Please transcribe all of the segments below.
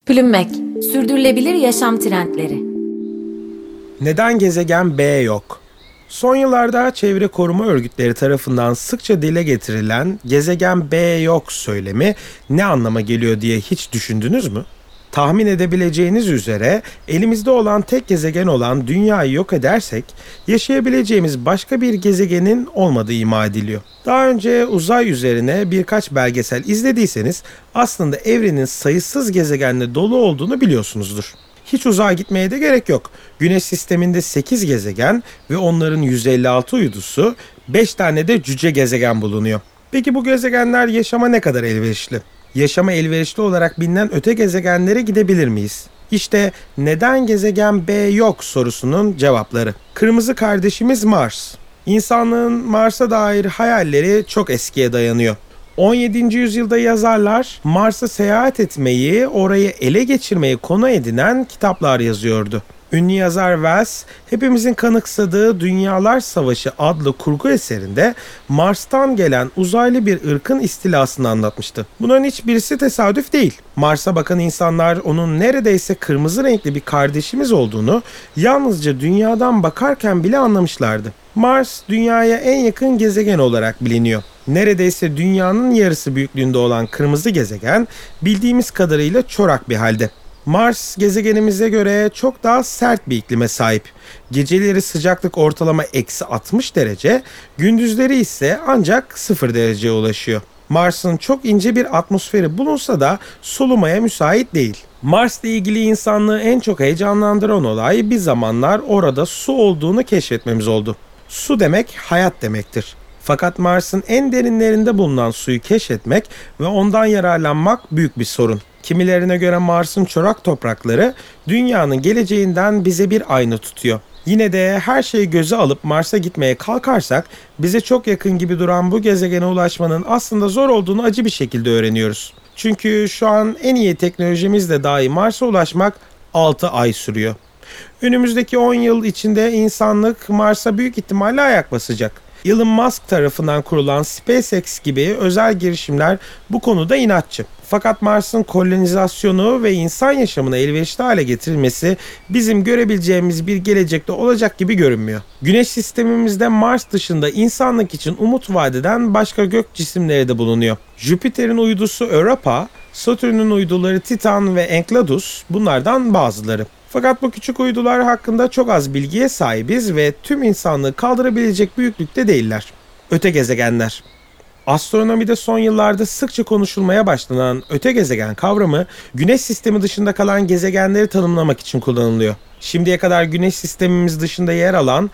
Plümmek, sürdürülebilir yaşam trendleri. Neden gezegen B yok? Son yıllarda çevre koruma örgütleri tarafından sıkça dile getirilen gezegen B yok söylemi ne anlama geliyor diye hiç düşündünüz mü? Tahmin edebileceğiniz üzere elimizde olan tek gezegen olan Dünya'yı yok edersek yaşayabileceğimiz başka bir gezegenin olmadığı ima ediliyor. Daha önce uzay üzerine birkaç belgesel izlediyseniz aslında evrenin sayısız gezegenle dolu olduğunu biliyorsunuzdur. Hiç uzağa gitmeye de gerek yok. Güneş sisteminde 8 gezegen ve onların 156 uydusu, 5 tane de cüce gezegen bulunuyor. Peki bu gezegenler yaşama ne kadar elverişli? Yaşama elverişli olarak bilinen öte gezegenlere gidebilir miyiz? İşte neden gezegen B yok sorusunun cevapları. Kırmızı kardeşimiz Mars. İnsanlığın Mars'a dair hayalleri çok eskiye dayanıyor. 17. yüzyılda yazarlar Mars'a seyahat etmeyi, orayı ele geçirmeyi konu edinen kitaplar yazıyordu. Ünlü yazar Wells, hepimizin kanıksadığı Dünyalar Savaşı adlı kurgu eserinde Mars'tan gelen uzaylı bir ırkın istilasını anlatmıştı. Bunların hiçbirisi tesadüf değil. Mars'a bakan insanlar onun neredeyse kırmızı renkli bir kardeşimiz olduğunu yalnızca Dünya'dan bakarken bile anlamışlardı. Mars, Dünya'ya en yakın gezegen olarak biliniyor. Neredeyse Dünya'nın yarısı büyüklüğünde olan kırmızı gezegen bildiğimiz kadarıyla çorak bir halde. Mars gezegenimize göre çok daha sert bir iklime sahip. Geceleri sıcaklık ortalama -60 derece, gündüzleri ise ancak 0 dereceye ulaşıyor. Mars'ın çok ince bir atmosferi bulunsa da solumaya müsait değil. Mars'la ilgili insanlığı en çok heyecanlandıran olay bir zamanlar orada su olduğunu keşfetmemiz oldu. Su demek hayat demektir. Fakat Mars'ın en derinlerinde bulunan suyu keşfetmek ve ondan yararlanmak büyük bir sorun. Kimilerine göre Mars'ın çorak toprakları Dünya'nın geleceğinden bize bir ayna tutuyor. Yine de her şeyi göze alıp Mars'a gitmeye kalkarsak bize çok yakın gibi duran bu gezegene ulaşmanın aslında zor olduğunu acı bir şekilde öğreniyoruz. Çünkü şu an en iyi teknolojimizle dahi Mars'a ulaşmak 6 ay sürüyor. Önümüzdeki 10 yıl içinde insanlık Mars'a büyük ihtimalle ayak basacak. Elon Musk tarafından kurulan SpaceX gibi özel girişimler bu konuda inatçı. Fakat Mars'ın kolonizasyonu ve insan yaşamına elverişli hale getirilmesi bizim görebileceğimiz bir gelecekte olacak gibi görünmüyor. Güneş sistemimizde Mars dışında insanlık için umut vadeden başka gök cisimleri de bulunuyor. Jüpiter'in uydusu Europa, Satürn'ün uyduları Titan ve Enceladus bunlardan bazıları. Fakat bu küçük uydular hakkında çok az bilgiye sahibiz ve tüm insanlığı kaldırabilecek büyüklükte değiller. Öte gezegenler. Astronomide son yıllarda sıkça konuşulmaya başlanan öte gezegen kavramı Güneş sistemi dışında kalan gezegenleri tanımlamak için kullanılıyor. Şimdiye kadar Güneş sistemimiz dışında yer alan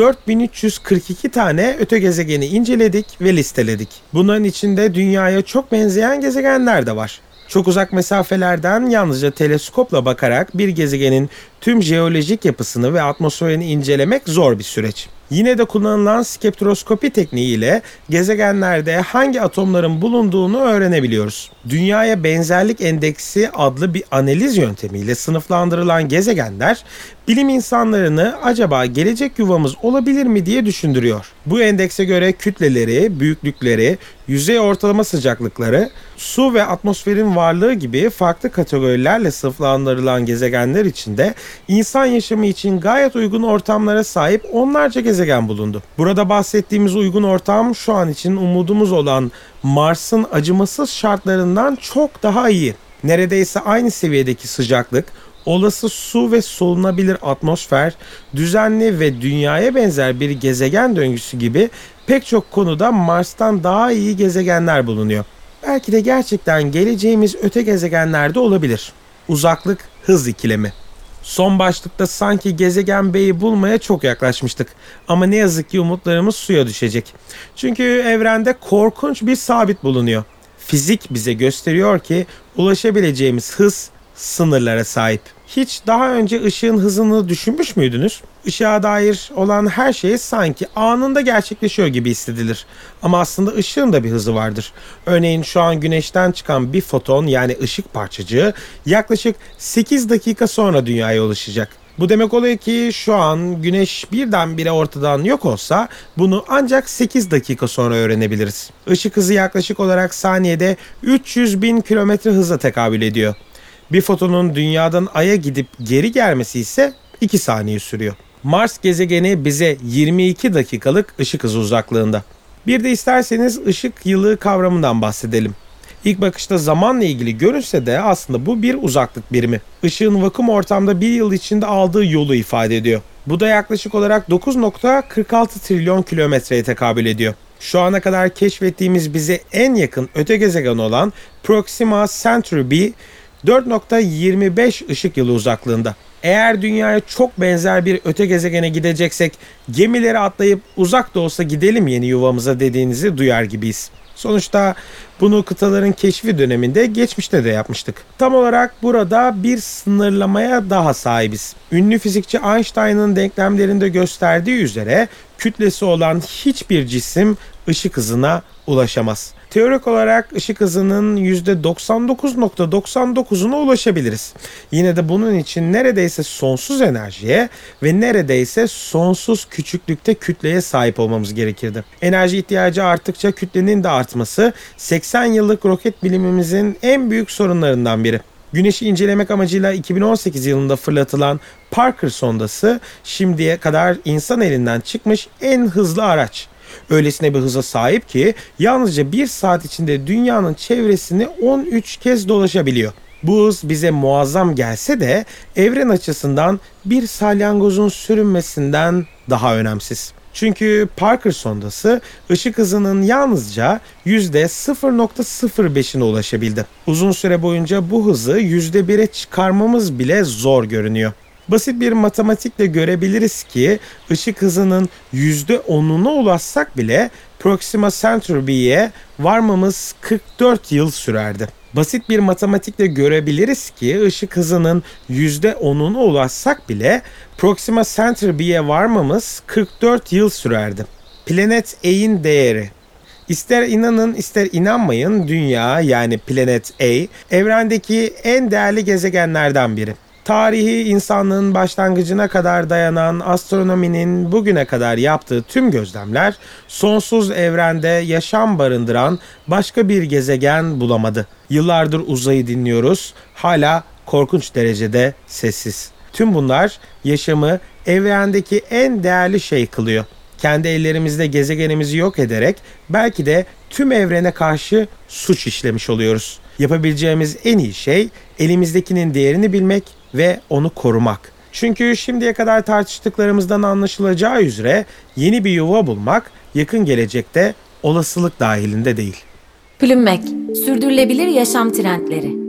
4342 tane öte gezegeni inceledik ve listeledik. Bunların içinde Dünya'ya çok benzeyen gezegenler de var. Çok uzak mesafelerden yalnızca teleskopla bakarak bir gezegenin tüm jeolojik yapısını ve atmosferini incelemek zor bir süreç. Yine de kullanılan spektroskopi tekniğiyle gezegenlerde hangi atomların bulunduğunu öğrenebiliyoruz. Dünyaya benzerlik endeksi adlı bir analiz yöntemiyle sınıflandırılan gezegenler bilim insanlarını acaba gelecek yuvamız olabilir mi diye düşündürüyor. Bu endekse göre kütleleri, büyüklükleri, yüzey ortalama sıcaklıkları, su ve atmosferin varlığı gibi farklı kategorilerle sınıflandırılan gezegenler içinde insan yaşamı için gayet uygun ortamlara sahip onlarca gezegen bulundu. Burada bahsettiğimiz uygun ortam şu an için umudumuz olan Mars'ın acımasız şartlarından çok daha iyi. Neredeyse aynı seviyedeki sıcaklık, olası su ve solunabilir atmosfer, düzenli ve Dünya'ya benzer bir gezegen döngüsü gibi pek çok konuda Mars'tan daha iyi gezegenler bulunuyor. Belki de gerçekten geleceğimiz öte gezegenlerde olabilir. Uzaklık hız ikilemi. Son başlıkta sanki gezegen B'yi bulmaya çok yaklaşmıştık. Ama ne yazık ki umutlarımız suya düşecek. Çünkü evrende korkunç bir sabit bulunuyor. Fizik bize gösteriyor ki ulaşabileceğimiz hız sınırlara sahip. Hiç daha önce ışığın hızını düşünmüş müydünüz? Işığa dair olan her şey sanki anında gerçekleşiyor gibi hissedilir. Ama aslında ışığın da bir hızı vardır. Örneğin şu an güneşten çıkan bir foton yani ışık parçacığı yaklaşık 8 dakika sonra dünyaya ulaşacak. Bu demek oluyor ki şu an güneş birdenbire ortadan yok olsa bunu ancak 8 dakika sonra öğrenebiliriz. Işık hızı yaklaşık olarak saniyede 300.000 kilometre hıza tekabül ediyor. Bir fotonun dünyadan Ay'a gidip geri gelmesi ise 2 saniye sürüyor. Mars gezegeni bize 22 dakikalık ışık hızı uzaklığında. Bir de isterseniz ışık yılı kavramından bahsedelim. İlk bakışta zamanla ilgili görünse de aslında bu bir uzaklık birimi. Işığın vakum ortamda bir yıl içinde aldığı yolu ifade ediyor. Bu da yaklaşık olarak 9,46 trilyon kilometreye tekabül ediyor. Şu ana kadar keşfettiğimiz bize en yakın öte gezegen olan Proxima Centauri b 4,25 ışık yılı uzaklığında. Eğer Dünya'ya çok benzer bir öte gezegene gideceksek gemileri atlayıp uzak da olsa gidelim yeni yuvamıza dediğinizi duyar gibiyiz. Sonuçta bunu kıtaların keşfi döneminde geçmişte de yapmıştık. Tam olarak burada bir sınırlamaya daha sahibiz. Ünlü fizikçi Einstein'ın denklemlerinde gösterdiği üzere kütlesi olan hiçbir cisim ışık hızına ulaşamaz. Teorik olarak ışık hızının %99,99'una ulaşabiliriz. Yine de bunun için neredeyse sonsuz enerjiye ve neredeyse sonsuz küçüklükte kütleye sahip olmamız gerekirdi. Enerji ihtiyacı arttıkça kütlenin de artması 80 yıllık roket bilimimizin en büyük sorunlarından biri. Güneşi incelemek amacıyla 2018 yılında fırlatılan Parker sondası şimdiye kadar insan elinden çıkmış en hızlı araç. Öylesine bir hıza sahip ki yalnızca 1 saat içinde dünyanın çevresini 13 kez dolaşabiliyor. Bu hız bize muazzam gelse de evren açısından bir salyangozun sürünmesinden daha önemsiz. Çünkü Parker sondası ışık hızının yalnızca %0,05'ine ulaşabildi. Uzun süre boyunca bu hızı %1'e çıkarmamız bile zor görünüyor. Basit bir matematikle görebiliriz ki ışık hızının %10'una ulaşsak bile Proxima Centauri b'ye varmamız 44 yıl sürerdi. Basit bir matematikle görebiliriz ki ışık hızının %10'una ulaşsak bile Proxima Centauri b'ye varmamız 44 yıl sürerdi. Planet A'in değeri. İster inanın ister inanmayın Dünya yani Planet A evrendeki en değerli gezegenlerden biri. Tarihi insanlığın başlangıcına kadar dayanan astronominin bugüne kadar yaptığı tüm gözlemler sonsuz evrende yaşam barındıran başka bir gezegen bulamadı. Yıllardır uzayı dinliyoruz, hala korkunç derecede sessiz. Tüm bunlar yaşamı evrendeki en değerli şey kılıyor. Kendi ellerimizle gezegenimizi yok ederek belki de tüm evrene karşı suç işlemiş oluyoruz. Yapabileceğimiz en iyi şey elimizdekinin değerini bilmek ve onu korumak. Çünkü şimdiye kadar tartıştıklarımızdan anlaşılacağı üzere yeni bir yuva bulmak yakın gelecekte olasılık dahilinde değil. Plümmek, sürdürülebilir yaşam trendleri.